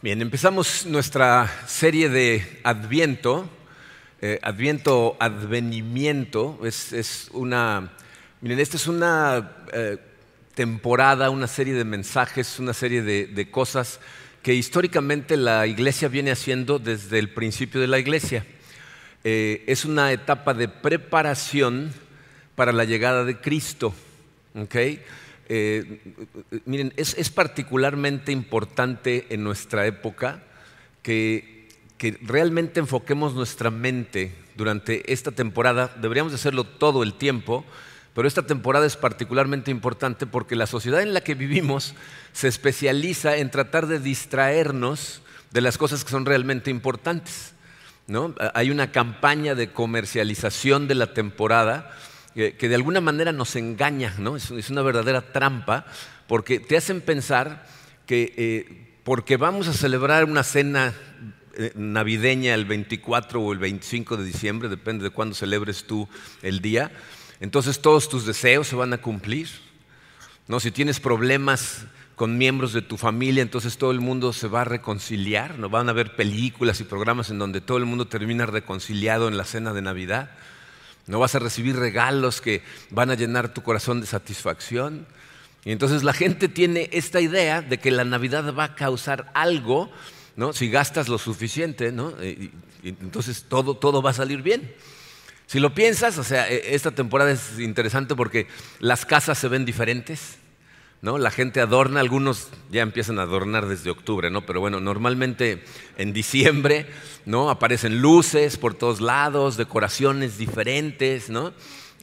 Bien, empezamos nuestra serie de Adviento, Advenimiento. Miren, esta es una temporada, una serie de mensajes, una serie de cosas que históricamente la Iglesia viene haciendo desde el principio de la Iglesia. Es una etapa de preparación para la llegada de Cristo, ¿ok? Miren, es particularmente importante en nuestra época que realmente enfoquemos nuestra mente durante esta temporada. Deberíamos de hacerlo todo el tiempo, pero esta temporada es particularmente importante porque la sociedad en la que vivimos se especializa en tratar de distraernos de las cosas que son realmente importantes, ¿no? Hay una campaña de comercialización de la temporada que de alguna manera nos engaña, ¿no? Es una verdadera trampa porque te hacen pensar que porque vamos a celebrar una cena navideña el 24 o el 25 de diciembre, depende de cuándo celebres tú el día, entonces todos tus deseos se van a cumplir, ¿no? Si tienes problemas con miembros de tu familia, entonces todo el mundo se va a reconciliar, ¿no? Van a haber películas y programas en donde todo el mundo termina reconciliado en la cena de Navidad. No vas a recibir regalos que van a llenar tu corazón de satisfacción. Y entonces la gente tiene esta idea de que la Navidad va a causar algo, ¿no? Si gastas lo suficiente, ¿no? Y entonces todo va a salir bien. Si lo piensas, o sea, esta temporada es interesante porque las casas se ven diferentes, ¿no? La gente adorna, algunos ya empiezan a adornar desde octubre, ¿no? Pero bueno, normalmente en diciembre, ¿no? Aparecen luces por todos lados, decoraciones diferentes, ¿no?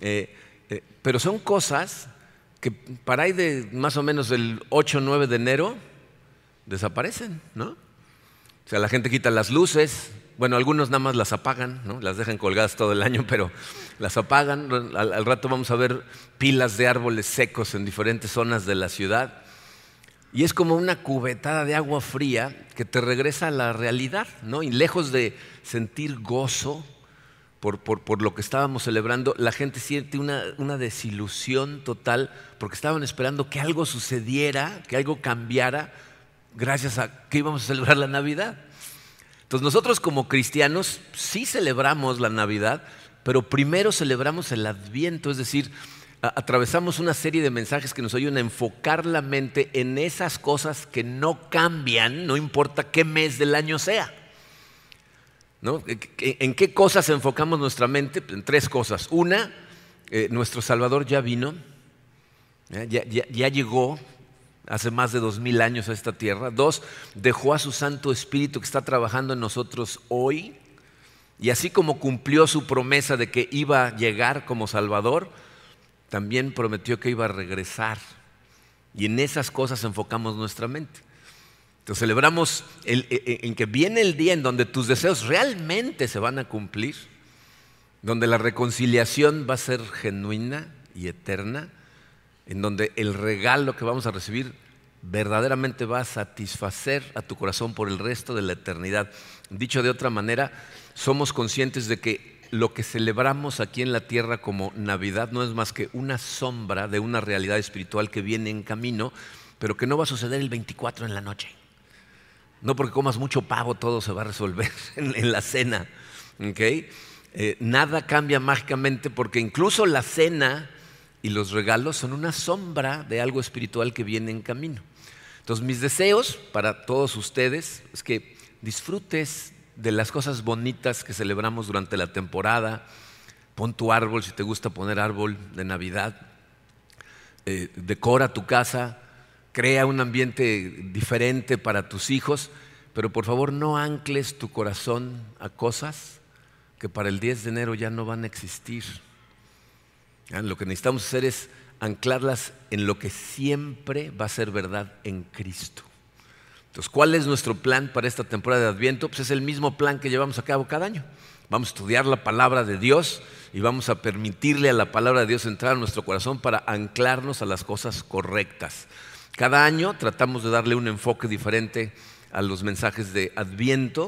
Pero son cosas que para ahí de más o menos el 8 o 9 de enero desaparecen, ¿no? O sea, la gente quita las luces, bueno, algunos nada más las apagan, ¿no? Las dejan colgadas todo el año, pero las apagan. Al rato vamos a ver pilas de árboles secos en diferentes zonas de la ciudad. Y es como una cubetada de agua fría que te regresa a la realidad, ¿no? Y lejos de sentir gozo por lo que estábamos celebrando, la gente siente una desilusión total porque estaban esperando que algo sucediera, que algo cambiara gracias a que íbamos a celebrar la Navidad. Entonces nosotros como cristianos sí celebramos la Navidad, pero primero celebramos el Adviento, es decir, atravesamos una serie de mensajes que nos ayudan a enfocar la mente en esas cosas que no cambian, no importa qué mes del año sea, ¿no? ¿En qué cosas enfocamos nuestra mente? En tres cosas. Una, nuestro Salvador ya vino, ya llegó hace más de 2000 años a esta tierra. Dos, dejó a su Santo Espíritu que está trabajando en nosotros hoy. Y así como cumplió su promesa de que iba a llegar como Salvador, también prometió que iba a regresar. Y en esas cosas enfocamos nuestra mente. Entonces celebramos en que viene el día en donde tus deseos realmente se van a cumplir, donde la reconciliación va a ser genuina y eterna, en donde el regalo que vamos a recibir verdaderamente va a satisfacer a tu corazón por el resto de la eternidad. Dicho de otra manera, somos conscientes de que lo que celebramos aquí en la tierra como Navidad no es más que una sombra de una realidad espiritual que viene en camino, pero que no va a suceder el 24 en la noche. No porque comas mucho pavo todo se va a resolver en la cena, ¿okay? Nada cambia mágicamente porque incluso la cena y los regalos son una sombra de algo espiritual que viene en camino. Entonces mis deseos para todos ustedes es que disfrutes de las cosas bonitas que celebramos durante la temporada. Pon tu árbol si te gusta poner árbol de Navidad. Decora tu casa, crea un ambiente diferente para tus hijos, pero por favor no ancles tu corazón a cosas que para el 10 de enero ya no van a existir. Lo que necesitamos hacer es anclarlas en lo que siempre va a ser verdad en Cristo. Entonces, ¿cuál es nuestro plan para esta temporada de Adviento? Pues es el mismo plan que llevamos a cabo cada año. Vamos a estudiar la palabra de Dios y vamos a permitirle a la palabra de Dios entrar a nuestro corazón para anclarnos a las cosas correctas. Cada año tratamos de darle un enfoque diferente a los mensajes de Adviento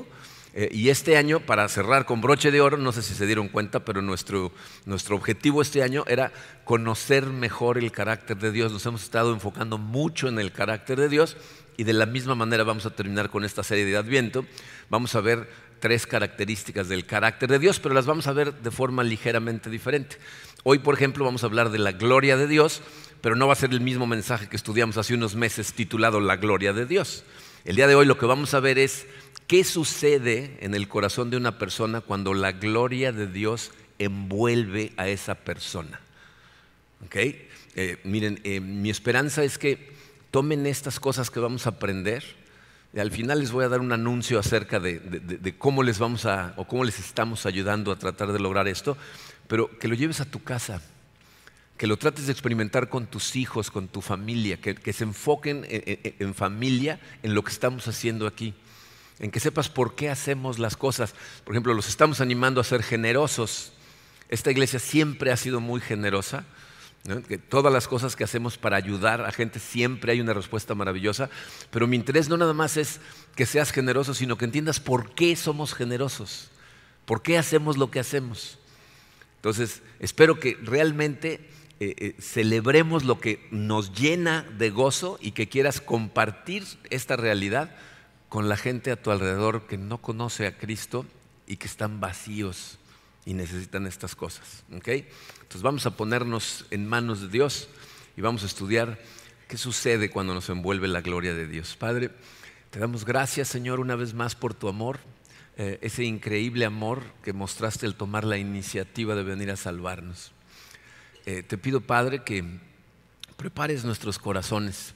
Y este año, para cerrar con broche de oro, no sé si se dieron cuenta, pero nuestro objetivo este año era conocer mejor el carácter de Dios. Nos hemos estado enfocando mucho en el carácter de Dios y de la misma manera vamos a terminar con esta serie de Adviento. Vamos a ver 3 características del carácter de Dios, pero las vamos a ver de forma ligeramente diferente. Hoy, por ejemplo, vamos a hablar de la gloria de Dios, pero no va a ser el mismo mensaje que estudiamos hace unos meses titulado La gloria de Dios. El día de hoy lo que vamos a ver es qué sucede en el corazón de una persona cuando la gloria de Dios envuelve a esa persona. ¿Okay? Miren, mi esperanza es que tomen estas cosas que vamos a aprender. Al final les voy a dar un anuncio acerca de cómo les vamos o cómo les estamos ayudando a tratar de lograr esto, pero que lo lleves a tu casa, que lo trates de experimentar con tus hijos, con tu familia, que se enfoquen en familia, en lo que estamos haciendo aquí, en que sepas por qué hacemos las cosas. Por ejemplo, los estamos animando a ser generosos. Esta iglesia siempre ha sido muy generosa, ¿no? Que todas las cosas que hacemos para ayudar a gente siempre hay una respuesta maravillosa, pero mi interés no nada más es que seas generoso, sino que entiendas por qué somos generosos, por qué hacemos lo que hacemos. Entonces, espero que realmente celebremos lo que nos llena de gozo y que quieras compartir esta realidad con la gente a tu alrededor que no conoce a Cristo y que están vacíos y necesitan estas cosas. ¿Okay? Entonces vamos a ponernos en manos de Dios y vamos a estudiar qué sucede cuando nos envuelve la gloria de Dios. Padre, te damos gracias, Señor, una vez más por tu amor, ese increíble amor que mostraste al tomar la iniciativa de venir a salvarnos. Te pido, Padre, que prepares nuestros corazones.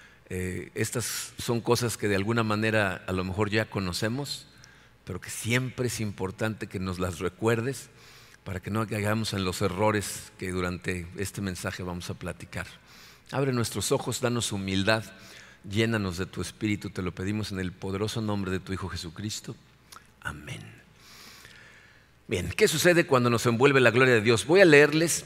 Estas son cosas que de alguna manera a lo mejor ya conocemos, pero que siempre es importante que nos las recuerdes para que no caigamos en los errores que durante este mensaje vamos a platicar. Abre nuestros ojos, danos humildad, llénanos de tu Espíritu, te lo pedimos en el poderoso nombre de tu Hijo Jesucristo. Amén. Bien, ¿qué sucede cuando nos envuelve la gloria de Dios? Voy a leerles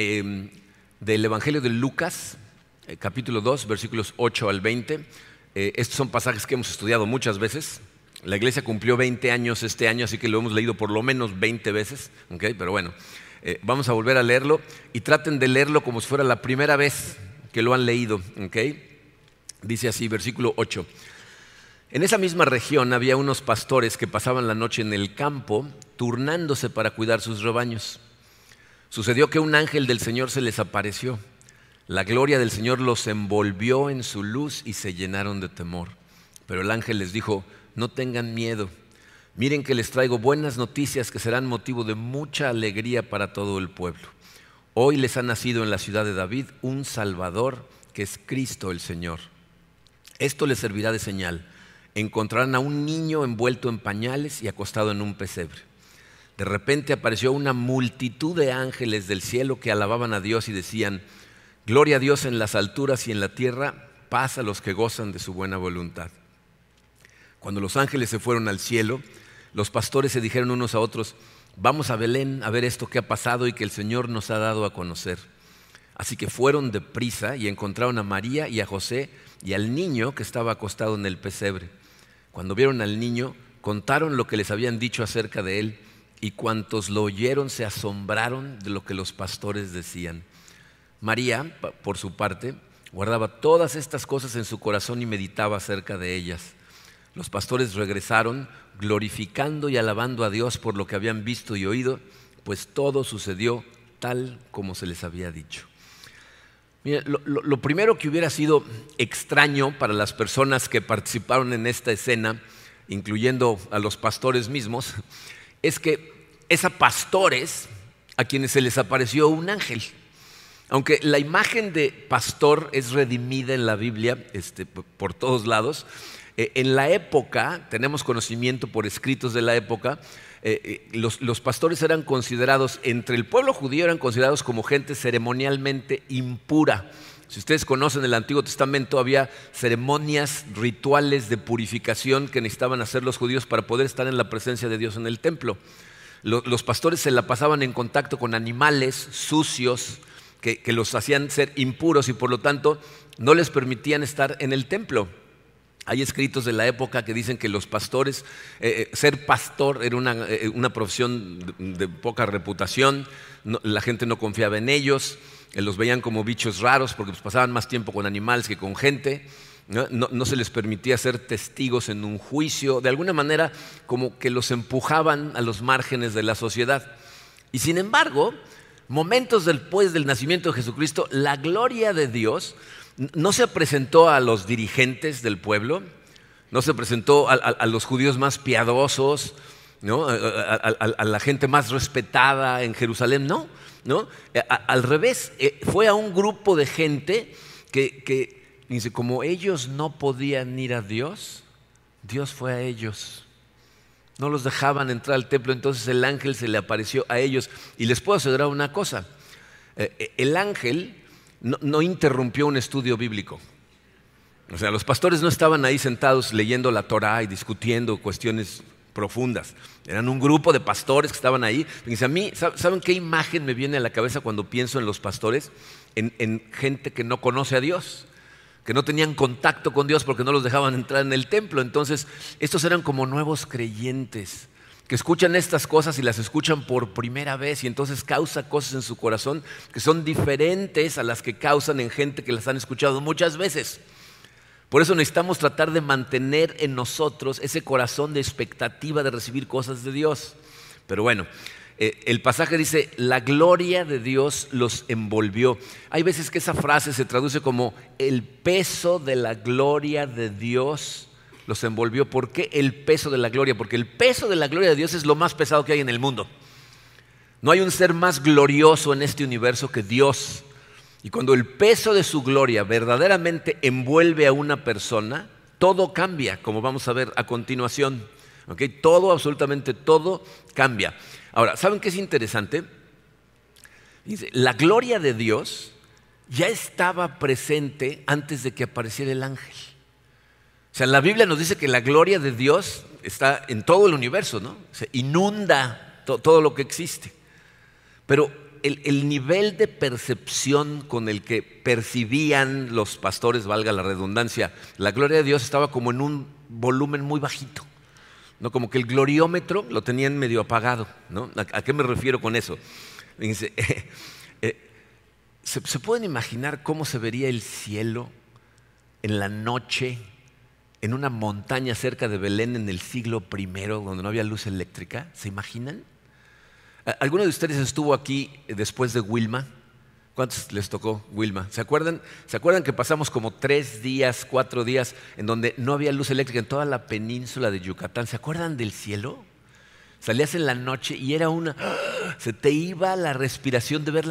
del Evangelio de Lucas, capítulo 2, versículos 8 al 20. Estos son pasajes que hemos estudiado muchas veces. La iglesia cumplió 20 años este año, así que lo hemos leído por lo menos 20 veces. ¿Okay? Pero bueno, vamos a volver a leerlo y traten de leerlo como si fuera la primera vez que lo han leído. ¿Okay? Dice así, versículo 8. En esa misma región había unos pastores que pasaban la noche en el campo, turnándose para cuidar sus rebaños. Sucedió que un ángel del Señor se les apareció. La gloria del Señor los envolvió en su luz y se llenaron de temor. Pero el ángel les dijo: no tengan miedo. Miren que les traigo buenas noticias que serán motivo de mucha alegría para todo el pueblo. Hoy les ha nacido en la ciudad de David un Salvador, que es Cristo el Señor. Esto les servirá de señal. Encontrarán a un niño envuelto en pañales y acostado en un pesebre. De repente apareció una multitud de ángeles del cielo que alababan a Dios y decían: gloria a Dios en las alturas y en la tierra, paz a los que gozan de su buena voluntad. Cuando los ángeles se fueron al cielo, los pastores se dijeron unos a otros: vamos a Belén a ver esto que ha pasado y que el Señor nos ha dado a conocer. Así que fueron deprisa y encontraron a María y a José y al niño que estaba acostado en el pesebre. Cuando vieron al niño, contaron lo que les habían dicho acerca de él, y cuantos lo oyeron se asombraron de lo que los pastores decían. María, por su parte, guardaba todas estas cosas en su corazón y meditaba acerca de ellas. Los pastores regresaron glorificando y alabando a Dios por lo que habían visto y oído, pues todo sucedió tal como se les había dicho. Mira, lo primero que hubiera sido extraño para las personas que participaron en esta escena, incluyendo a los pastores mismos, es que es a pastores a quienes se les apareció un ángel. Aunque la imagen de pastor es redimida en la Biblia por todos lados, en la época, tenemos conocimiento por escritos de la época, los pastores eran considerados, entre el pueblo judío eran considerados como gente ceremonialmente impura. Si ustedes conocen el Antiguo Testamento, había ceremonias, rituales de purificación que necesitaban hacer los judíos para poder estar en la presencia de Dios en el templo. Los pastores se la pasaban en contacto con animales sucios que los hacían ser impuros y por lo tanto no les permitían estar en el templo. Hay escritos de la época que dicen que los pastores, ser pastor era una profesión de poca reputación, la gente no confiaba en ellos, los veían como bichos raros porque pues, pasaban más tiempo con animales que con gente, no se les permitía ser testigos en un juicio, de alguna manera como que los empujaban a los márgenes de la sociedad. Y sin embargo, momentos después del nacimiento de Jesucristo, la gloria de Dios no se presentó a los dirigentes del pueblo, no se presentó a los judíos más piadosos, ¿no? A la gente más respetada en Jerusalén, no. Al revés, fue a un grupo de gente que dice, como ellos no podían ir a Dios, Dios fue a ellos. No los dejaban entrar al templo, entonces el ángel se le apareció a ellos. Y les puedo asegurar una cosa, el ángel no interrumpió un estudio bíblico. O sea, los pastores no estaban ahí sentados leyendo la Torá y discutiendo cuestiones profundas. Eran un grupo de pastores que estaban ahí. Fíjense, a mí, ¿saben qué imagen me viene a la cabeza cuando pienso en los pastores? En gente que no conoce a Dios, que no tenían contacto con Dios porque no los dejaban entrar en el templo. Entonces, estos eran como nuevos creyentes que escuchan estas cosas y las escuchan por primera vez y entonces causa cosas en su corazón que son diferentes a las que causan en gente que las han escuchado muchas veces. Por eso necesitamos tratar de mantener en nosotros ese corazón de expectativa de recibir cosas de Dios. Pero bueno, el pasaje dice, la gloria de Dios los envolvió. Hay veces que esa frase se traduce como el peso de la gloria de Dios los envolvió. ¿Por qué el peso de la gloria? Porque el peso de la gloria de Dios es lo más pesado que hay en el mundo. No hay un ser más glorioso en este universo que Dios. Y cuando el peso de su gloria verdaderamente envuelve a una persona, todo cambia, como vamos a ver a continuación. ¿Okay? Todo, absolutamente todo cambia. Ahora, ¿saben qué es interesante? Dice, la gloria de Dios ya estaba presente antes de que apareciera el ángel. O sea, la Biblia nos dice que la gloria de Dios está en todo el universo, ¿no? O sea, inunda todo lo que existe. Pero el nivel de percepción con el que percibían los pastores, valga la redundancia, la gloria de Dios estaba como en un volumen muy bajito, ¿no? Como que el gloriómetro lo tenían medio apagado, ¿no? ¿A qué me refiero con eso? Fíjense, ¿se pueden imaginar cómo se vería el cielo en la noche en una montaña cerca de Belén en el siglo I, donde no había luz eléctrica? ¿Se imaginan? ¿Alguno de ustedes estuvo aquí después de Wilma? ¿Cuántos les tocó Wilma? ¿Se acuerdan que pasamos como 3 días, 4 días en donde no había luz eléctrica en toda la península de Yucatán? ¿Se acuerdan del cielo? Salías en la noche y era se te iba la respiración de ver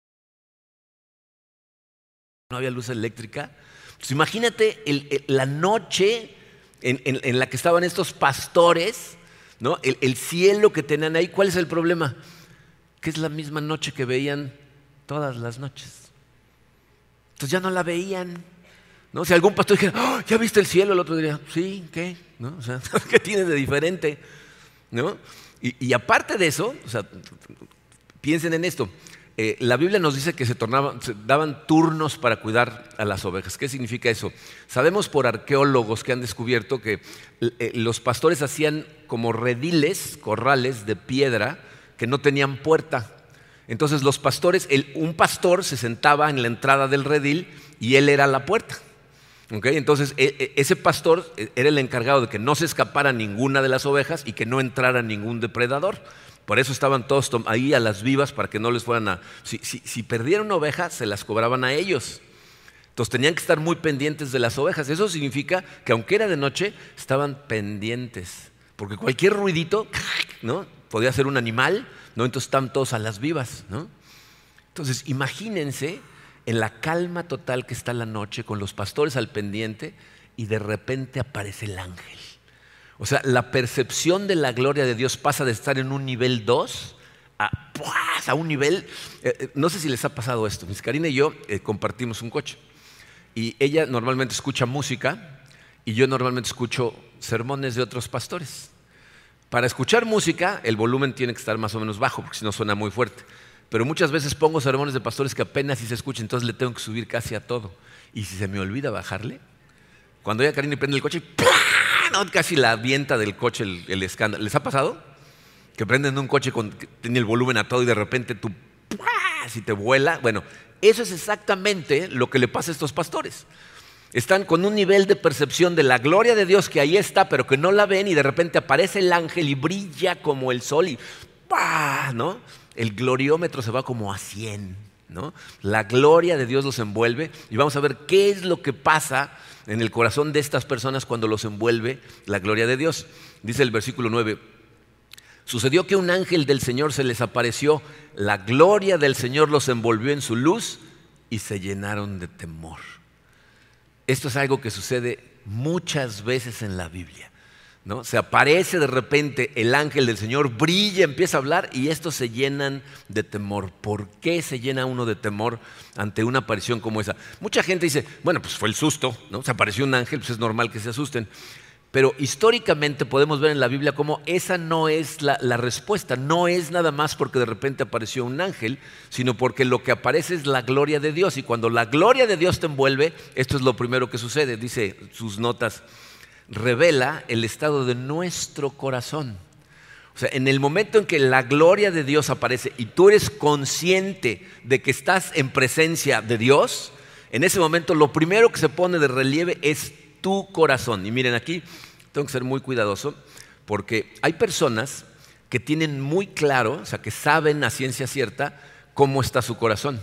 no había luz eléctrica. Pues imagínate la noche en la que estaban estos pastores, ¿no? El cielo que tenían ahí. ¿Cuál es el problema? Que es la misma noche que veían todas las noches. Entonces ya no la veían, ¿no? Si algún pastor dijera, oh, ¿ya viste el cielo? El otro diría, sí, ¿qué? ¿No? O sea, ¿qué tiene de diferente? ¿No? Y aparte de eso, o sea, piensen en esto. La Biblia nos dice que se daban turnos para cuidar a las ovejas. ¿Qué significa eso? Sabemos por arqueólogos que han descubierto que los pastores hacían como rediles, corrales de piedra que no tenían puerta. Entonces los pastores, un pastor se sentaba en la entrada del redil y él era la puerta. ¿Okay? Entonces ese pastor era el encargado de que no se escapara ninguna de las ovejas y que no entrara ningún depredador. Por eso estaban todos ahí a las vivas para que no les fueran a... Si perdieran una oveja, se las cobraban a ellos. Entonces tenían que estar muy pendientes de las ovejas. Eso significa que aunque era de noche, estaban pendientes. Porque cualquier ruidito, ¿no? Podía ser un animal, ¿no? Entonces estaban todos a las vivas, ¿no? Entonces imagínense en la calma total que está la noche, con los pastores al pendiente, y de repente aparece el ángel. O sea, la percepción de la gloria de Dios pasa de estar en un nivel 2 a un nivel... no sé si les ha pasado esto. Miss Karina y yo compartimos un coche. Y ella normalmente escucha música y yo normalmente escucho sermones de otros pastores. Para escuchar música, el volumen tiene que estar más o menos bajo, porque si no suena muy fuerte. Pero muchas veces pongo sermones de pastores que apenas si se escuchan, entonces le tengo que subir casi a todo. Y si se me olvida bajarle, Cuando llega Karina y prende el coche, ¡pah! ¿No? Casi la avienta del coche el escándalo. ¿Les ha pasado? Que prenden un coche que tiene el volumen a todo y de repente tú, ¡pah! Si te vuela. Bueno, eso es exactamente lo que le pasa a estos pastores. Están con un nivel de percepción de la gloria de Dios que ahí está, pero que no la ven, y de repente aparece el ángel y brilla como el sol y ¡pah! ¿No? El gloriómetro se va como a 100, ¿no? La gloria de Dios los envuelve, y vamos a ver qué es lo que pasa en el corazón de estas personas cuando los envuelve la gloria de Dios. Dice el versículo 9: sucedió que un ángel del Señor se les apareció, la gloria del Señor los envolvió en su luz y se llenaron de temor. Esto es algo que sucede muchas veces en la Biblia, ¿no? Se aparece de repente el ángel del Señor, brilla, empieza a hablar, y estos se llenan de temor. ¿Por qué se llena uno de temor ante una aparición como esa? Mucha gente dice, bueno, pues fue el susto, ¿no? Se apareció un ángel, pues es normal que se asusten. Pero históricamente podemos ver en la Biblia cómo esa no es la respuesta. No es nada más porque de repente apareció un ángel, sino porque lo que aparece es la gloria de Dios. Y cuando la gloria de Dios te envuelve, esto es lo primero que sucede. Dice sus notas: revela el estado de nuestro corazón. O sea, en el momento en que la gloria de Dios aparece y tú eres consciente de que estás en presencia de Dios, en ese momento lo primero que se pone de relieve es tu corazón. Y miren, aquí tengo que ser muy cuidadoso, porque hay personas que tienen muy claro, o sea, que saben a ciencia cierta cómo está su corazón.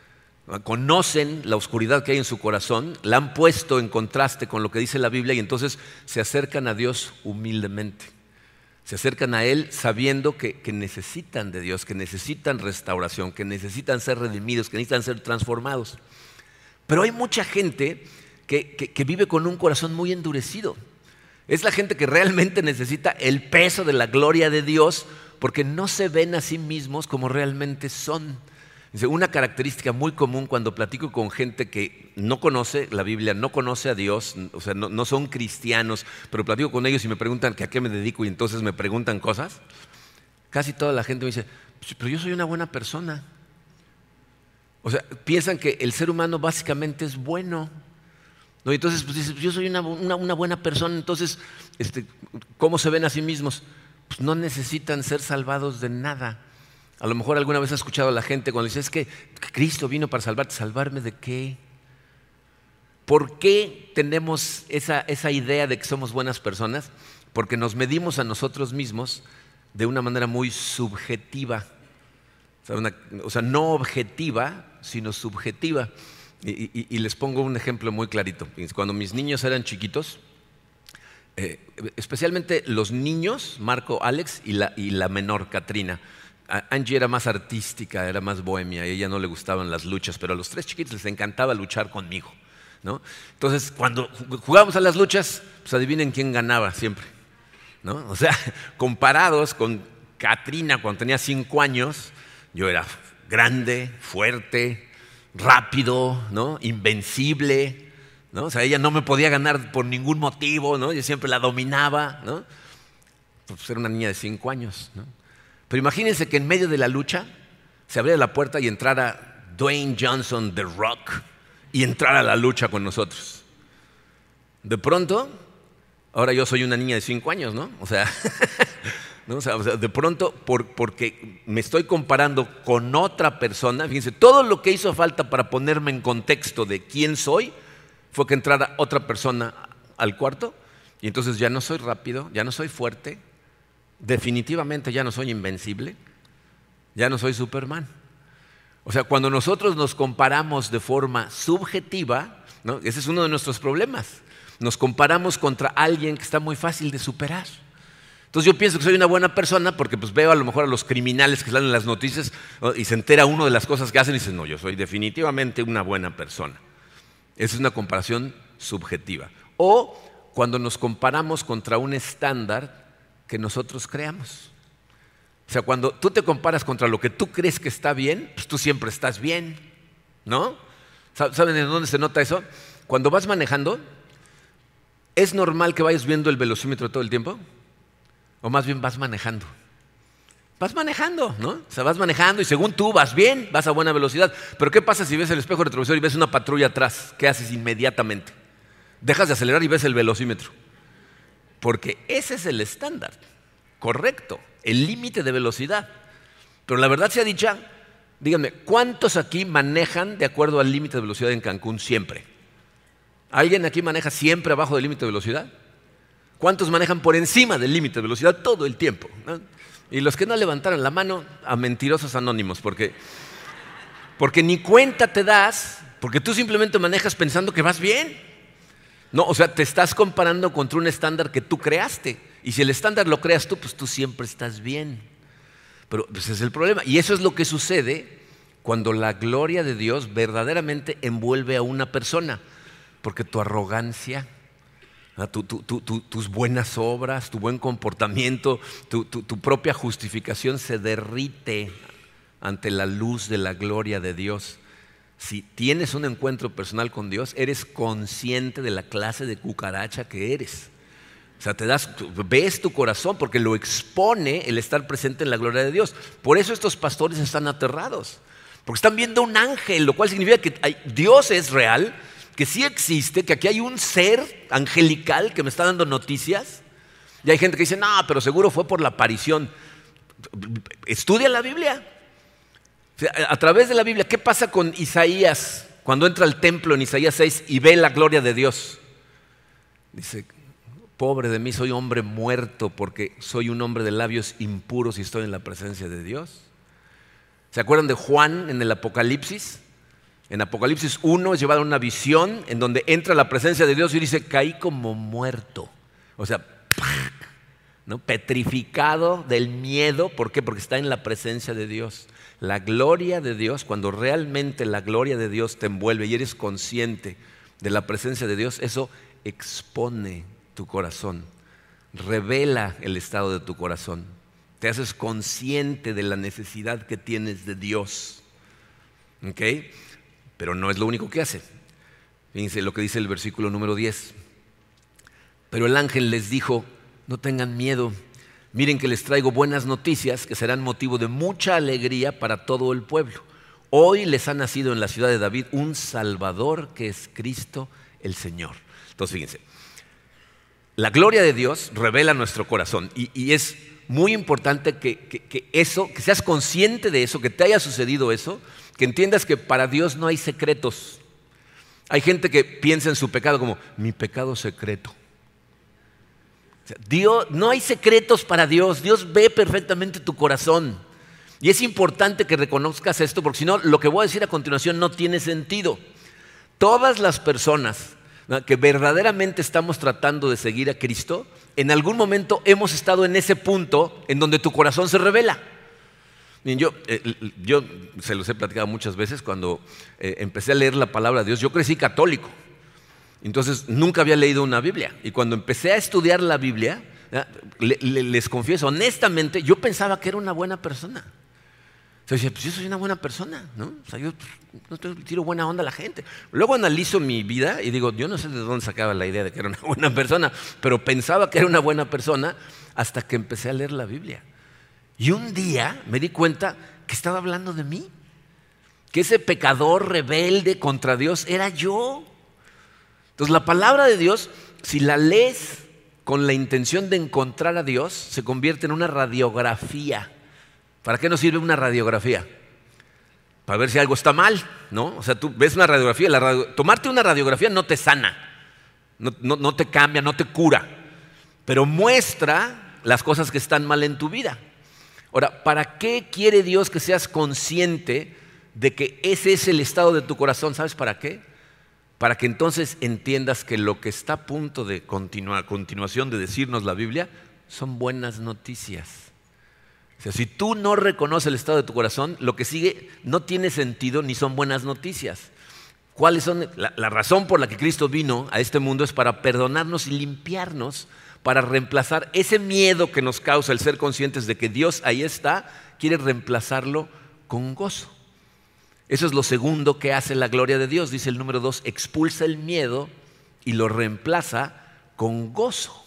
Conocen la oscuridad que hay en su corazón, la han puesto en contraste con lo que dice la Biblia, y entonces se acercan a Dios humildemente. Se acercan a Él sabiendo que necesitan de Dios, que necesitan restauración, que necesitan ser redimidos, que necesitan ser transformados. Pero hay mucha gente que vive con un corazón muy endurecido. Es la gente que realmente necesita el peso de la gloria de Dios, porque no se ven a sí mismos como realmente son. Una característica muy común cuando platico con gente que no conoce la Biblia, no conoce a Dios, o sea, no son cristianos, pero platico con ellos y me preguntan que a qué me dedico, y entonces me preguntan cosas. Casi toda la gente me dice, pero yo soy una buena persona. O sea, piensan que el ser humano básicamente es bueno, ¿no? Y entonces pues dices, yo soy una buena persona. Entonces, ¿cómo se ven a sí mismos? Pues no necesitan ser salvados de nada. A lo mejor alguna vez has escuchado a la gente cuando dice, es que Cristo vino para salvarte. ¿Salvarme de qué? ¿Por qué tenemos esa idea de que somos buenas personas? Porque nos medimos a nosotros mismos de una manera muy subjetiva. O sea, no objetiva, sino subjetiva. Y les pongo un ejemplo muy clarito. Cuando mis niños eran chiquitos, especialmente los niños, Marco, Alex y la menor, Katrina. Angie era más artística, era más bohemia, a ella no le gustaban las luchas, pero a los 3 chiquitos les encantaba luchar conmigo, ¿no? Entonces, cuando jugábamos a las luchas, pues adivinen quién ganaba siempre, ¿no? O sea, comparados con Katrina cuando tenía 5 años, yo era grande, fuerte, rápido, ¿no? Invencible, ¿no? O sea, ella no me podía ganar por ningún motivo, ¿no? Yo siempre la dominaba, ¿no? Pues era una niña de 5 años, ¿no? Pero imagínense que en medio de la lucha se abriera la puerta y entrara Dwayne Johnson, The Rock, y entrara a la lucha con nosotros. De pronto, ahora yo soy una niña de 5 años, ¿no? O sea, ¿no? O sea, de pronto, porque me estoy comparando con otra persona, fíjense, todo lo que hizo falta para ponerme en contexto de quién soy fue que entrara otra persona al cuarto, y entonces ya no soy rápido, ya no soy fuerte, definitivamente ya no soy invencible, ya no soy Superman. O sea, cuando nosotros nos comparamos de forma subjetiva, ¿no? Ese es uno de nuestros problemas. Nos comparamos contra alguien que está muy fácil de superar. Entonces yo pienso que soy una buena persona porque pues veo a lo mejor a los criminales que salen en las noticias, ¿no? Y se entera uno de las cosas que hacen y dice, no, yo soy definitivamente una buena persona. Esa es una comparación subjetiva. O cuando nos comparamos contra un estándar que nosotros creamos. O sea, cuando tú te comparas contra lo que tú crees que está bien, pues tú siempre estás bien, ¿no? ¿Saben en dónde se nota eso? Cuando vas manejando, ¿es normal que vayas viendo el velocímetro todo el tiempo? O más bien vas manejando. Vas manejando, ¿no? O sea, vas manejando y según tú vas bien, vas a buena velocidad. Pero ¿qué pasa si ves el espejo retrovisor y ves una patrulla atrás? ¿Qué haces inmediatamente? Dejas de acelerar y ves el velocímetro. Porque ese es el estándar, correcto, el límite de velocidad. Pero la verdad sea dicha, díganme, ¿cuántos aquí manejan de acuerdo al límite de velocidad en Cancún siempre? ¿Alguien aquí maneja siempre abajo del límite de velocidad? ¿Cuántos manejan por encima del límite de velocidad todo el tiempo? ¿No? Y los que no levantaron la mano, a mentirosos anónimos, porque ni cuenta te das, porque tú simplemente manejas pensando que vas bien. No, o sea, te estás comparando contra un estándar que tú creaste. Y si el estándar lo creas tú, pues tú siempre estás bien. Pero pues ese es el problema. Y eso es lo que sucede cuando la gloria de Dios verdaderamente envuelve a una persona. Porque tu arrogancia, tus buenas obras, tu buen comportamiento, tu propia justificación se derrite ante la luz de la gloria de Dios. Si tienes un encuentro personal con Dios, eres consciente de la clase de cucaracha que eres. O sea, ves tu corazón porque lo expone el estar presente en la gloria de Dios. Por eso estos pastores están aterrados, porque están viendo un ángel, lo cual significa que Dios es real, que sí existe, que aquí hay un ser angelical que me está dando noticias. Y hay gente que dice, no, pero seguro fue por la aparición. Estudia la Biblia. O sea, a través de la Biblia, ¿qué pasa con Isaías cuando entra al templo en Isaías 6 y ve la gloria de Dios? Dice, pobre de mí, soy hombre muerto porque soy un hombre de labios impuros y estoy en la presencia de Dios. ¿Se acuerdan de Juan en el Apocalipsis? En Apocalipsis 1 es llevada una visión en donde entra la presencia de Dios y dice, caí como muerto. O sea, ¿no? Petrificado del miedo. ¿Por qué? Porque está en la presencia de Dios. La gloria de Dios, cuando realmente la gloria de Dios te envuelve y eres consciente de la presencia de Dios, eso expone tu corazón, revela el estado de tu corazón, te haces consciente de la necesidad que tienes de Dios. ¿Ok? Pero no es lo único que hace. Fíjense lo que dice el versículo número 10. Pero el ángel les dijo, no tengan miedo. Miren que les traigo buenas noticias que serán motivo de mucha alegría para todo el pueblo. Hoy les ha nacido en la ciudad de David un Salvador que es Cristo el Señor. Entonces fíjense, la gloria de Dios revela nuestro corazón y es muy importante que seas consciente de eso, que te haya sucedido eso, que entiendas que para Dios no hay secretos. Hay gente que piensa en su pecado como mi pecado secreto. Dios, no hay secretos para Dios. Dios ve perfectamente tu corazón. Y es importante que reconozcas esto, porque si no, lo que voy a decir a continuación no tiene sentido. Todas las personas, ¿no?, que verdaderamente estamos tratando de seguir a Cristo, en algún momento hemos estado en ese punto en donde tu corazón se revela. Yo se los he platicado muchas veces. Cuando empecé a leer la palabra de Dios, yo crecí católico. Entonces nunca había leído una Biblia. Y cuando empecé a estudiar la Biblia, les confieso, honestamente, yo pensaba que era una buena persona. O sea, yo decía, pues yo soy una buena persona, ¿no? O sea, yo no tiro buena onda a la gente. Luego analizo mi vida y digo, yo no sé de dónde sacaba la idea de que era una buena persona, pero pensaba que era una buena persona hasta que empecé a leer la Biblia. Y un día me di cuenta que estaba hablando de mí, que ese pecador rebelde contra Dios era yo. Entonces la palabra de Dios, si la lees con la intención de encontrar a Dios, se convierte en una radiografía. ¿Para qué nos sirve una radiografía? Para ver si algo está mal, ¿no? O sea, tú ves una radiografía, tomarte una radiografía no te sana, no te cambia, no te cura, pero muestra las cosas que están mal en tu vida. Ahora, ¿para qué quiere Dios que seas consciente de que ese es el estado de tu corazón? ¿Sabes para qué? Para que entonces entiendas que lo que está a punto de continuación de decirnos la Biblia son buenas noticias. O sea, si tú no reconoces el estado de tu corazón, lo que sigue no tiene sentido ni son buenas noticias. ¿Cuáles son? La razón por la que Cristo vino a este mundo es para perdonarnos y limpiarnos, para reemplazar ese miedo que nos causa el ser conscientes de que Dios ahí está, quiere reemplazarlo con gozo. Eso es lo segundo que hace la gloria de Dios. Dice el número 2, expulsa el miedo y lo reemplaza con gozo.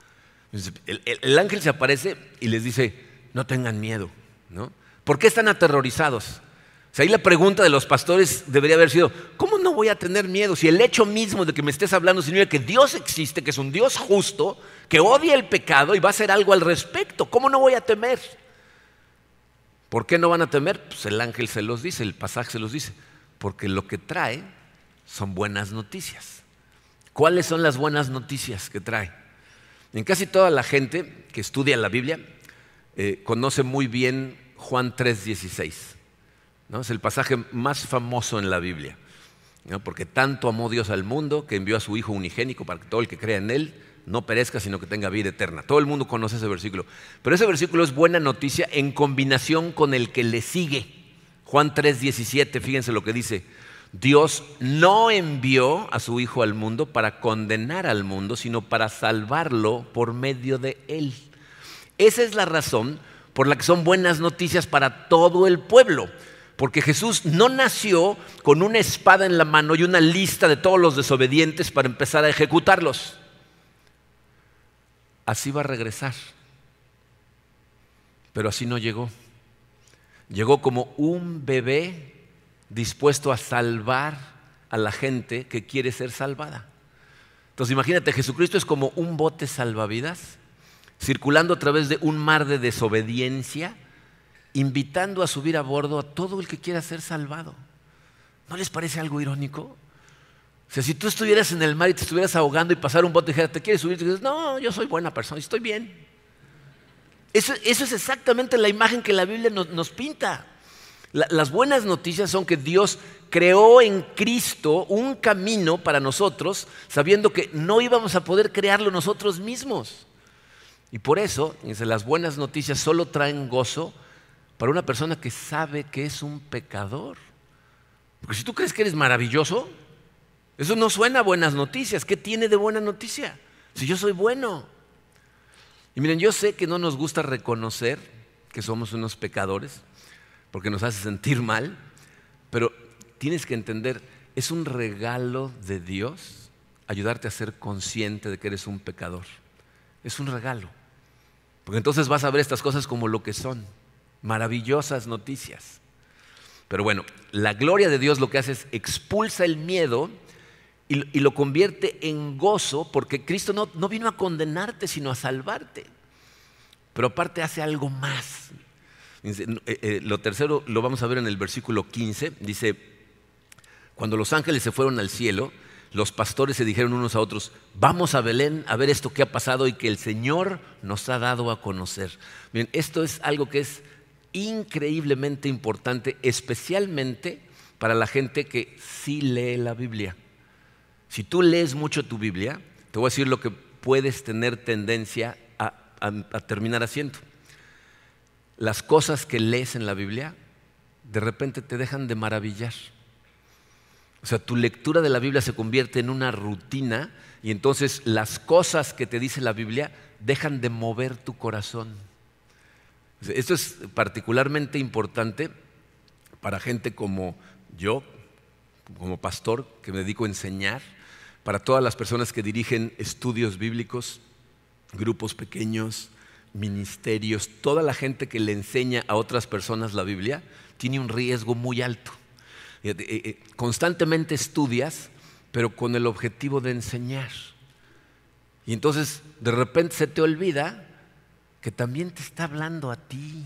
El ángel se aparece y les dice, no tengan miedo, ¿no? ¿Por qué están aterrorizados? O sea, ahí la pregunta de los pastores debería haber sido, ¿cómo no no voy a tener miedo? Si el hecho mismo de que me estés hablando significa que Dios existe, que es un Dios justo, que odia el pecado y va a hacer algo al respecto. ¿Cómo no voy a temer? ¿Por qué no van a temer? Pues el ángel se los dice, el pasaje se los dice. Porque lo que trae son buenas noticias. ¿Cuáles son las buenas noticias que trae? En casi toda la gente que estudia la Biblia conoce muy bien Juan 3:16, ¿no? Es el pasaje más famoso en la Biblia, ¿no? Porque tanto amó Dios al mundo que envió a su Hijo unigénico para que todo el que crea en Él no perezca, sino que tenga vida eterna. Todo el mundo conoce ese versículo. Pero ese versículo es buena noticia en combinación con el que le sigue. Juan 3:17, fíjense lo que dice. Dios no envió a su Hijo al mundo para condenar al mundo, sino para salvarlo por medio de Él. Esa es la razón por la que son buenas noticias para todo el pueblo. Porque Jesús no nació con una espada en la mano y una lista de todos los desobedientes para empezar a ejecutarlos. Así va a regresar. Pero así no llegó. Llegó como un bebé dispuesto a salvar a la gente que quiere ser salvada. Entonces imagínate, Jesucristo es como un bote salvavidas circulando a través de un mar de desobediencia, invitando a subir a bordo a todo el que quiera ser salvado. ¿No les parece algo irónico? O sea, si tú estuvieras en el mar y te estuvieras ahogando y pasara un bote y dijera, ¿te quieres subir? Y tú dices, no, yo soy buena persona, estoy bien. Eso es exactamente la imagen que la Biblia nos pinta. Las buenas noticias son que Dios creó en Cristo un camino para nosotros, sabiendo que no íbamos a poder crearlo nosotros mismos. Y por eso, las buenas noticias solo traen gozo para una persona que sabe que es un pecador. Porque si tú crees que eres maravilloso, eso no suena a buenas noticias. ¿Qué tiene de buena noticia? Si yo soy bueno. Y miren, yo sé que no nos gusta reconocer que somos unos pecadores, porque nos hace sentir mal, pero tienes que entender, es un regalo de Dios ayudarte a ser consciente de que eres un pecador. Es un regalo, porque entonces vas a ver estas cosas como lo que son, maravillosas noticias. Pero bueno, la gloria de Dios lo que hace es expulsa el miedo y lo convierte en gozo, porque Cristo no vino a condenarte, sino a salvarte. Pero aparte hace algo más. Lo tercero lo vamos a ver en el versículo 15. Dice, cuando los ángeles se fueron al cielo, los pastores se dijeron unos a otros, vamos a Belén a ver esto que ha pasado y que el Señor nos ha dado a conocer. Miren, esto es algo que es increíblemente importante, especialmente para la gente que sí lee la Biblia. Si tú lees mucho tu Biblia, te voy a decir lo que puedes tener tendencia a terminar haciendo. Las cosas que lees en la Biblia de repente te dejan de maravillar. O sea, tu lectura de la Biblia se convierte en una rutina y entonces las cosas que te dice la Biblia dejan de mover tu corazón. Esto es particularmente importante para gente como yo, como pastor, que me dedico a enseñar, para todas las personas que dirigen estudios bíblicos, grupos pequeños, ministerios, toda la gente que le enseña a otras personas la Biblia tiene un riesgo muy alto. Constantemente estudias, pero con el objetivo de enseñar. Y entonces de repente se te olvida que también te está hablando a ti,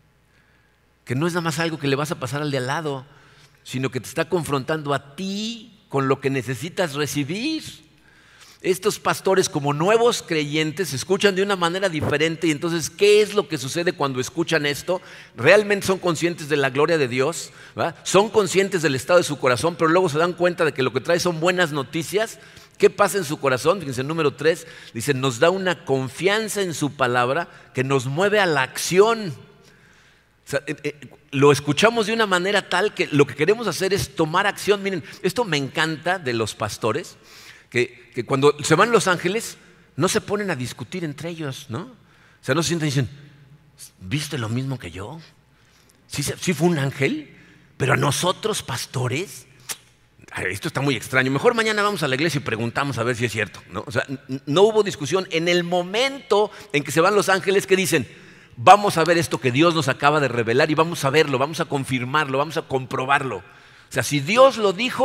que no es nada más algo que le vas a pasar al de al lado, sino que te está confrontando a ti con lo que necesitas recibir. Estos pastores, como nuevos creyentes, escuchan de una manera diferente y entonces, ¿qué es lo que sucede cuando escuchan esto? Realmente son conscientes de la gloria de Dios, ¿verdad? Son conscientes del estado de su corazón, pero luego se dan cuenta de que lo que trae son buenas noticias. ¿Qué pasa en su corazón? Fíjense, el número 3, dice, nos da una confianza en su palabra que nos mueve a la acción. O sea, lo escuchamos de una manera tal que lo que queremos hacer es tomar acción. Miren, esto me encanta de los pastores, que cuando se van los ángeles no se ponen a discutir entre ellos, ¿no? O sea, no se sientan y dicen, ¿viste lo mismo que yo? Sí fue un ángel, pero a nosotros pastores, esto está muy extraño, mejor mañana vamos a la iglesia y preguntamos a ver si es cierto, ¿no? O sea, no hubo discusión. En el momento en que se van los ángeles, que dicen, vamos a ver esto que Dios nos acaba de revelar y vamos a verlo, vamos a confirmarlo, vamos a comprobarlo. O sea, si Dios lo dijo,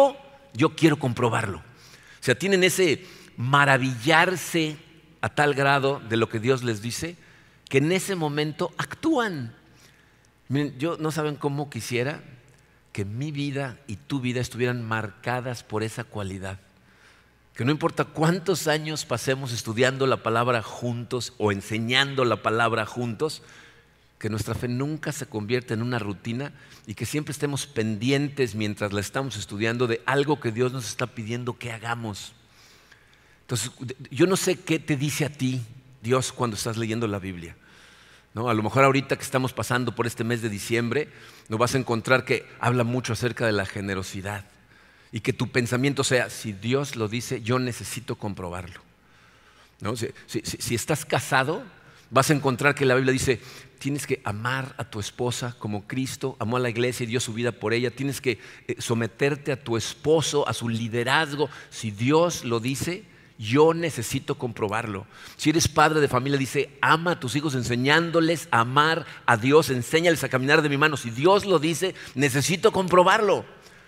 yo quiero comprobarlo. O sea, tienen ese maravillarse a tal grado de lo que Dios les dice, que en ese momento actúan. Miren, yo no saben cómo quisiera que mi vida y tu vida estuvieran marcadas por esa cualidad. Que no importa cuántos años pasemos estudiando la palabra juntos o enseñando la palabra juntos, que nuestra fe nunca se convierta en una rutina y que siempre estemos pendientes mientras la estamos estudiando de algo que Dios nos está pidiendo que hagamos. Entonces, yo no sé qué te dice a ti Dios cuando estás leyendo la Biblia, ¿no? A lo mejor ahorita que estamos pasando por este mes de diciembre, nos vas a encontrar que habla mucho acerca de la generosidad y que tu pensamiento sea, si Dios lo dice, yo necesito comprobarlo, ¿no? Si estás casado, vas a encontrar que la Biblia dice, tienes que amar a tu esposa como Cristo amó a la iglesia y dio su vida por ella. Tienes que someterte a tu esposo, a su liderazgo. Si Dios lo dice, yo necesito comprobarlo. Si eres padre de familia, dice, ama a tus hijos enseñándoles a amar a Dios, enséñales a caminar de mi mano. Si Dios lo dice, necesito comprobarlo.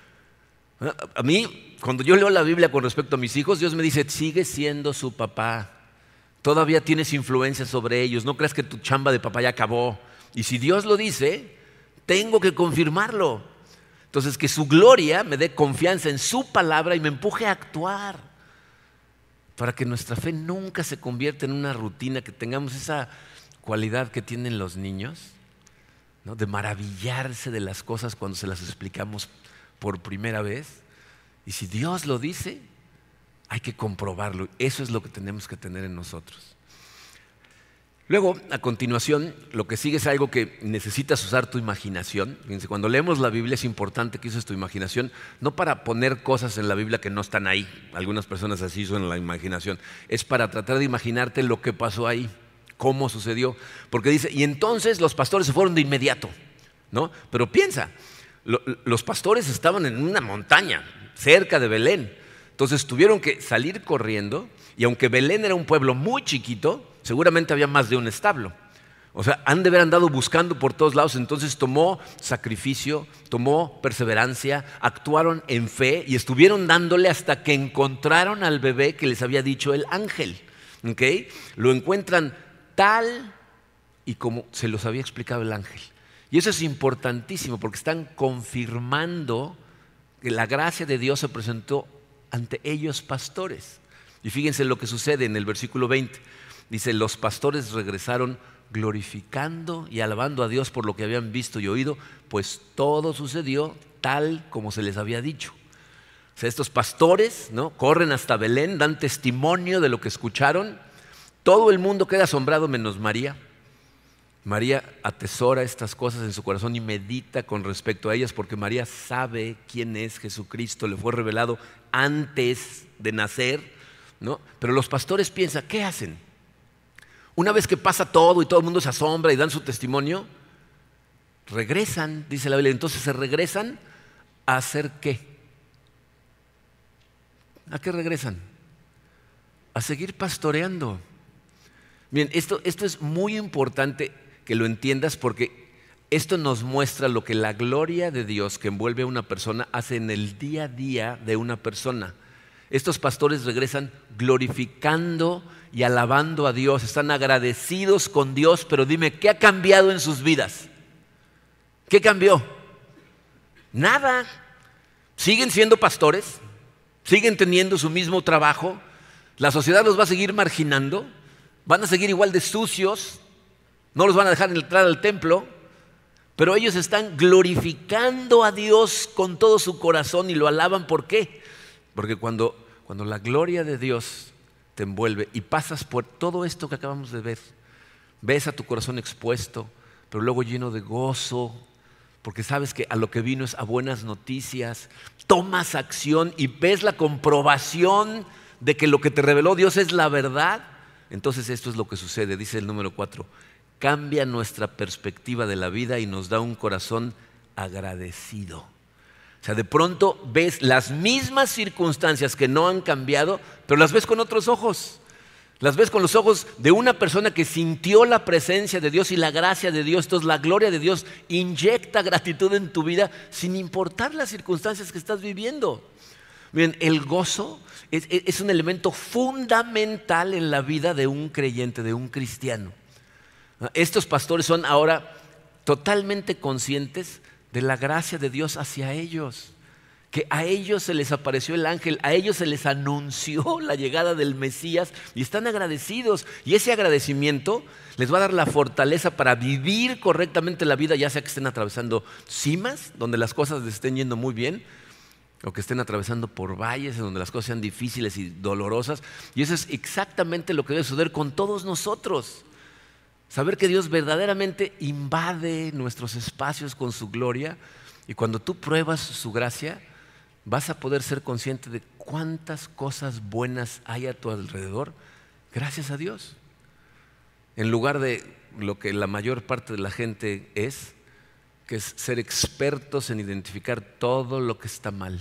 A mí, cuando yo leo la Biblia con respecto a mis hijos, Dios me dice, sigue siendo su papá. Todavía tienes influencia sobre ellos. No creas que tu chamba de papá ya acabó. Y si Dios lo dice, tengo que confirmarlo. Entonces, que su gloria me dé confianza en su palabra y me empuje a actuar. Para que nuestra fe nunca se convierta en una rutina, que tengamos esa cualidad que tienen los niños, ¿no? De maravillarse de las cosas cuando se las explicamos por primera vez. Y si Dios lo dice, hay que comprobarlo. Eso es lo que tenemos que tener en nosotros. Luego, a continuación, lo que sigue es algo que necesitas usar tu imaginación. Fíjense, cuando leemos la Biblia es importante que uses tu imaginación, no para poner cosas en la Biblia que no están ahí. Algunas personas así usan la imaginación. Es para tratar de imaginarte lo que pasó ahí, cómo sucedió. Porque dice, y entonces los pastores se fueron de inmediato, ¿no? Pero piensa, los pastores estaban en una montaña, cerca de Belén. Entonces tuvieron que salir corriendo, y aunque Belén era un pueblo muy chiquito, seguramente había más de un establo. O sea, han de haber andado buscando por todos lados. Entonces tomó sacrificio, tomó perseverancia, actuaron en fe y estuvieron dándole hasta que encontraron al bebé que les había dicho el ángel. ¿Okay? Lo encuentran tal y como se los había explicado el ángel. Y eso es importantísimo porque están confirmando que la gracia de Dios se presentó ante ellos pastores. Y fíjense lo que sucede en el versículo 20. Dice, los pastores regresaron glorificando y alabando a Dios por lo que habían visto y oído, pues todo sucedió tal como se les había dicho. O sea, estos pastores, ¿no?, corren hasta Belén, dan testimonio de lo que escucharon. Todo el mundo queda asombrado menos María. María atesora estas cosas en su corazón y medita con respecto a ellas, porque María sabe quién es Jesucristo, le fue revelado antes de nacer, ¿no? Pero los pastores piensan, ¿qué hacen? Una vez que pasa todo y todo el mundo se asombra y dan su testimonio, regresan, dice la Biblia. Entonces se regresan a hacer ¿qué? ¿A qué regresan? A seguir pastoreando. Bien, esto es muy importante que lo entiendas, porque esto nos muestra lo que la gloria de Dios que envuelve a una persona hace en el día a día de una persona. Estos pastores regresan glorificando y alabando a Dios, están agradecidos con Dios, pero dime, ¿qué ha cambiado en sus vidas? ¿Qué cambió? Nada. Siguen siendo pastores, siguen teniendo su mismo trabajo, la sociedad los va a seguir marginando, van a seguir igual de sucios, no los van a dejar entrar al templo, pero ellos están glorificando a Dios con todo su corazón y lo alaban. ¿Por qué? Porque cuando la gloria de Dios te envuelve y pasas por todo esto que acabamos de ver, ves a tu corazón expuesto, pero luego lleno de gozo, porque sabes que a lo que vino es a buenas noticias, tomas acción y ves la comprobación de que lo que te reveló Dios es la verdad. Entonces esto es lo que sucede, dice el número 4, cambia nuestra perspectiva de la vida y nos da un corazón agradecido. O sea, de pronto ves las mismas circunstancias que no han cambiado, pero las ves con otros ojos. Las ves con los ojos de una persona que sintió la presencia de Dios y la gracia de Dios. Entonces la gloria de Dios inyecta gratitud en tu vida sin importar las circunstancias que estás viviendo. Miren, el gozo es un elemento fundamental en la vida de un creyente, de un cristiano. Estos pastores son ahora totalmente conscientes de la gracia de Dios hacia ellos, que a ellos se les apareció el ángel, a ellos se les anunció la llegada del Mesías y están agradecidos. Y ese agradecimiento les va a dar la fortaleza para vivir correctamente la vida, ya sea que estén atravesando cimas, donde las cosas les estén yendo muy bien, o que estén atravesando por valles en donde las cosas sean difíciles y dolorosas. Y eso es exactamente lo que debe suceder con todos nosotros. Saber que Dios verdaderamente invade nuestros espacios con su gloria, y cuando tú pruebas su gracia, vas a poder ser consciente de cuántas cosas buenas hay a tu alrededor, gracias a Dios. En lugar de lo que la mayor parte de la gente es, que es ser expertos en identificar todo lo que está mal.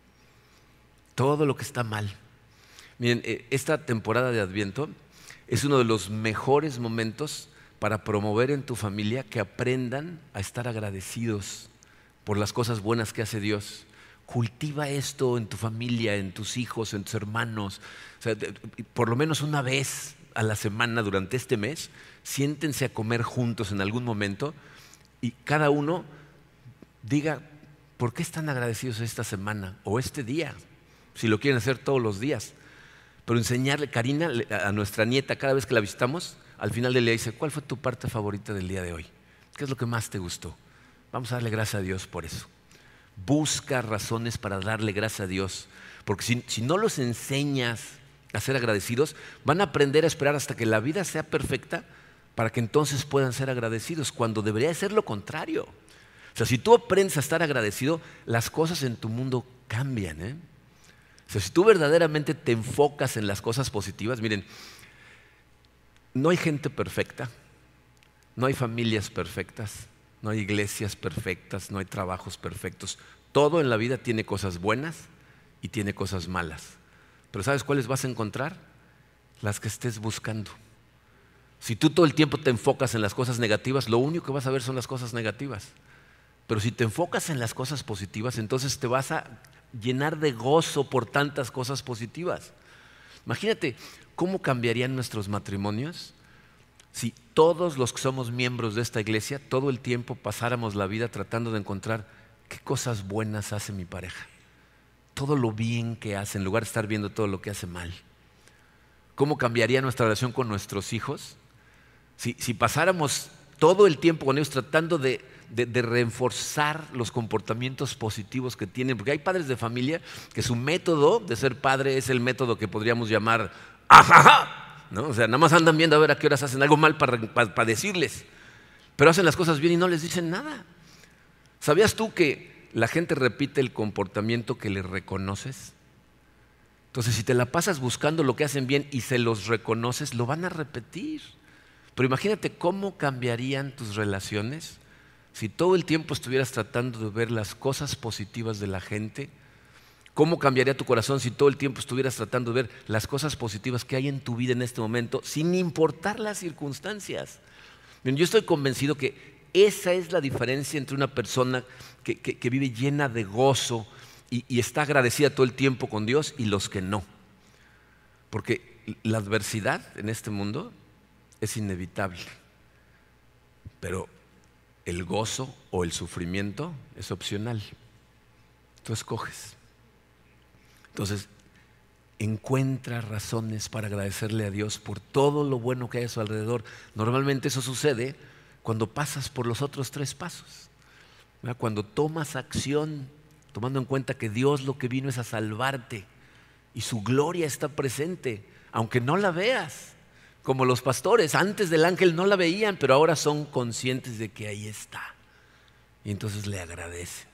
Todo lo que está mal. Miren, esta temporada de Adviento es uno de los mejores momentos para promover en tu familia que aprendan a estar agradecidos por las cosas buenas que hace Dios. Cultiva esto en tu familia, en tus hijos, en tus hermanos. O sea, por lo menos una vez a la semana durante este mes, siéntense a comer juntos en algún momento y cada uno diga por qué están agradecidos esta semana o este día, si lo quieren hacer todos los días. Pero enseñarle, Karina, a nuestra nieta, cada vez que la visitamos, al final del día dice, ¿cuál fue tu parte favorita del día de hoy? ¿Qué es lo que más te gustó? Vamos a darle gracias a Dios por eso. Busca razones para darle gracias a Dios, porque si no los enseñas a ser agradecidos, van a aprender a esperar hasta que la vida sea perfecta para que entonces puedan ser agradecidos, cuando debería ser lo contrario. O sea, si tú aprendes a estar agradecido, las cosas en tu mundo cambian, O sea, si tú verdaderamente te enfocas en las cosas positivas, miren, no hay gente perfecta, no hay familias perfectas, no hay iglesias perfectas, no hay trabajos perfectos. Todo en la vida tiene cosas buenas y tiene cosas malas. Pero ¿sabes cuáles vas a encontrar? Las que estés buscando. Si tú todo el tiempo te enfocas en las cosas negativas, lo único que vas a ver son las cosas negativas. Pero si te enfocas en las cosas positivas, entonces te vas a llenar de gozo por tantas cosas positivas. Imagínate cómo cambiarían nuestros matrimonios si todos los que somos miembros de esta iglesia todo el tiempo pasáramos la vida tratando de encontrar qué cosas buenas hace mi pareja, todo lo bien que hace, en lugar de estar viendo todo lo que hace mal. ¿Cómo cambiaría nuestra relación con nuestros hijos si pasáramos todo el tiempo con ellos tratando de reforzar los comportamientos positivos que tienen? Porque hay padres de familia que su método de ser padre es el método que podríamos llamar ajaja, ¿no? O sea, nada más andan viendo a ver a qué horas hacen algo mal para decirles, pero hacen las cosas bien y no les dicen nada. ¿Sabías tú que la gente repite el comportamiento que le reconoces? Entonces, si te la pasas buscando lo que hacen bien y se los reconoces, lo van a repetir. Pero imagínate cómo cambiarían tus relaciones si todo el tiempo estuvieras tratando de ver las cosas positivas de la gente. ¿Cómo cambiaría tu corazón si todo el tiempo estuvieras tratando de ver las cosas positivas que hay en tu vida en este momento, sin importar las circunstancias? Bien, yo estoy convencido que esa es la diferencia entre una persona que vive llena de gozo y está agradecida todo el tiempo con Dios y los que no. Porque la adversidad en este mundo es inevitable, pero el gozo o el sufrimiento es opcional. Tú escoges. Entonces, encuentra razones para agradecerle a Dios por todo lo bueno que hay a su alrededor. Normalmente eso sucede cuando pasas por los otros 3 pasos, ¿verdad? Cuando tomas acción, tomando en cuenta que Dios lo que vino es a salvarte y su gloria está presente, aunque no la veas. Como los pastores, antes del ángel no la veían, pero ahora son conscientes de que ahí está. Y entonces le agradecen.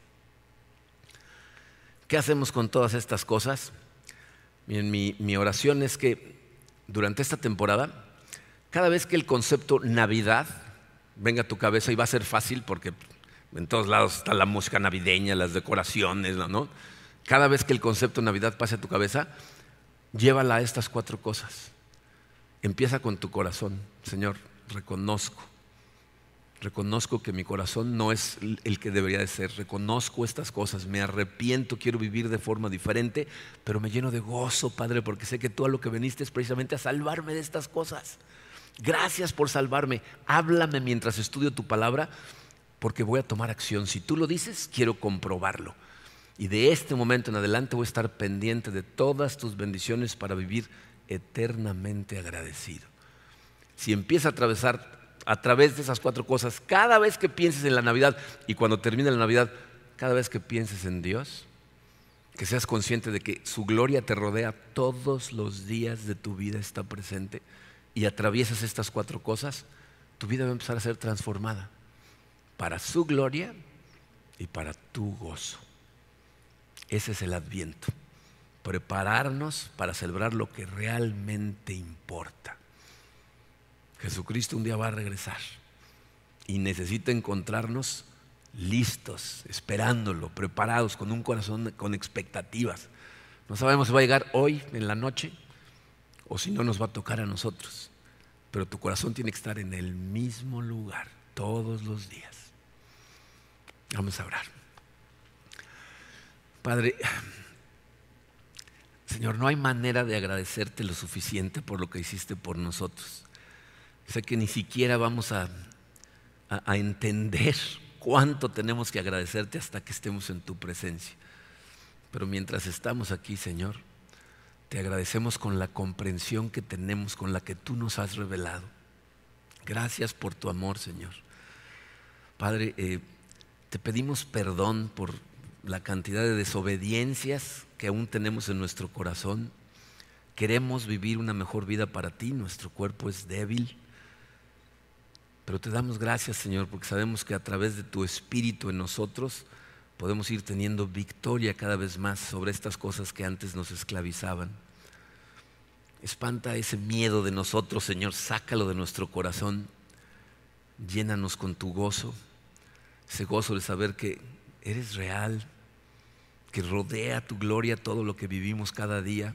¿Qué hacemos con todas estas cosas? Miren, mi oración es que durante esta temporada, cada vez que el concepto Navidad venga a tu cabeza, y va a ser fácil porque en todos lados está la música navideña, las decoraciones, ¿no? Cada vez que el concepto Navidad pase a tu cabeza, llévala a estas 4 cosas. Empieza con tu corazón. Señor, reconozco Reconozco que mi corazón no es el que debería de ser. Reconozco estas cosas, me arrepiento, quiero vivir de forma diferente, pero me lleno de gozo, Padre, porque sé que tú a lo que viniste es precisamente a salvarme de estas cosas. Gracias por salvarme. Háblame mientras estudio tu palabra, porque voy a tomar acción. Si tú lo dices, quiero comprobarlo. Y de este momento en adelante voy a estar pendiente de todas tus bendiciones para vivir eternamente agradecido. Si empieza a través de esas 4 cosas, cada vez que pienses en la Navidad y cuando termine la Navidad, cada vez que pienses en Dios, que seas consciente de que su gloria te rodea todos los días de tu vida, está presente, y atraviesas estas 4 cosas, tu vida va a empezar a ser transformada para su gloria y para tu gozo. Ese es el Adviento, prepararnos para celebrar lo que realmente importa. Jesucristo un día va a regresar y necesita encontrarnos listos, esperándolo, preparados, con un corazón con expectativas. No sabemos si va a llegar hoy en la noche o si no nos va a tocar a nosotros, pero tu corazón tiene que estar en el mismo lugar todos los días. Vamos a orar. Padre, Señor, no hay manera de agradecerte lo suficiente por lo que hiciste por nosotros. Sé que ni siquiera vamos a entender cuánto tenemos que agradecerte hasta que estemos en tu presencia. Pero mientras estamos aquí, Señor, te agradecemos con la comprensión que tenemos, con la que tú nos has revelado. Gracias por tu amor, Señor. Padre, te pedimos perdón por la cantidad de desobediencias que aún tenemos en nuestro corazón. Queremos vivir una mejor vida para ti, nuestro cuerpo es débil. Pero te damos gracias, Señor, porque sabemos que a través de tu Espíritu en nosotros podemos ir teniendo victoria cada vez más sobre estas cosas que antes nos esclavizaban. Espanta ese miedo de nosotros, Señor, sácalo de nuestro corazón. Llénanos con tu gozo, ese gozo de saber que eres real, que rodea tu gloria todo lo que vivimos cada día.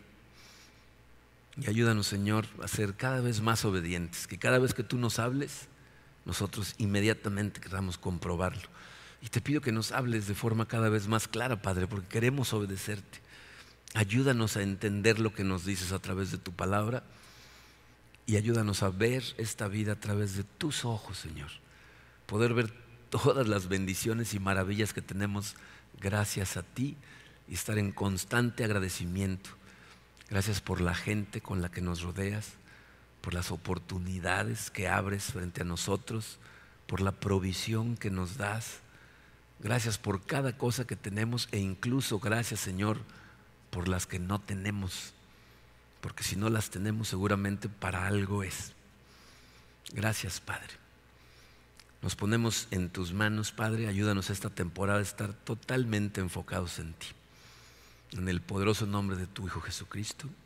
Y ayúdanos, Señor, a ser cada vez más obedientes, que cada vez que tú nos hables, nosotros inmediatamente queramos comprobarlo. Y te pido que nos hables de forma cada vez más clara, Padre, porque queremos obedecerte. Ayúdanos a entender lo que nos dices a través de tu palabra y ayúdanos a ver esta vida a través de tus ojos, Señor. Poder ver todas las bendiciones y maravillas que tenemos gracias a ti y estar en constante agradecimiento. Gracias por la gente con la que nos rodeas, por las oportunidades que abres frente a nosotros, por la provisión que nos das. Gracias por cada cosa que tenemos e incluso gracias, Señor, por las que no tenemos, porque si no las tenemos seguramente para algo es. Gracias, Padre. Nos ponemos en tus manos, Padre. Ayúdanos esta temporada a estar totalmente enfocados en ti. En el poderoso nombre de tu Hijo Jesucristo.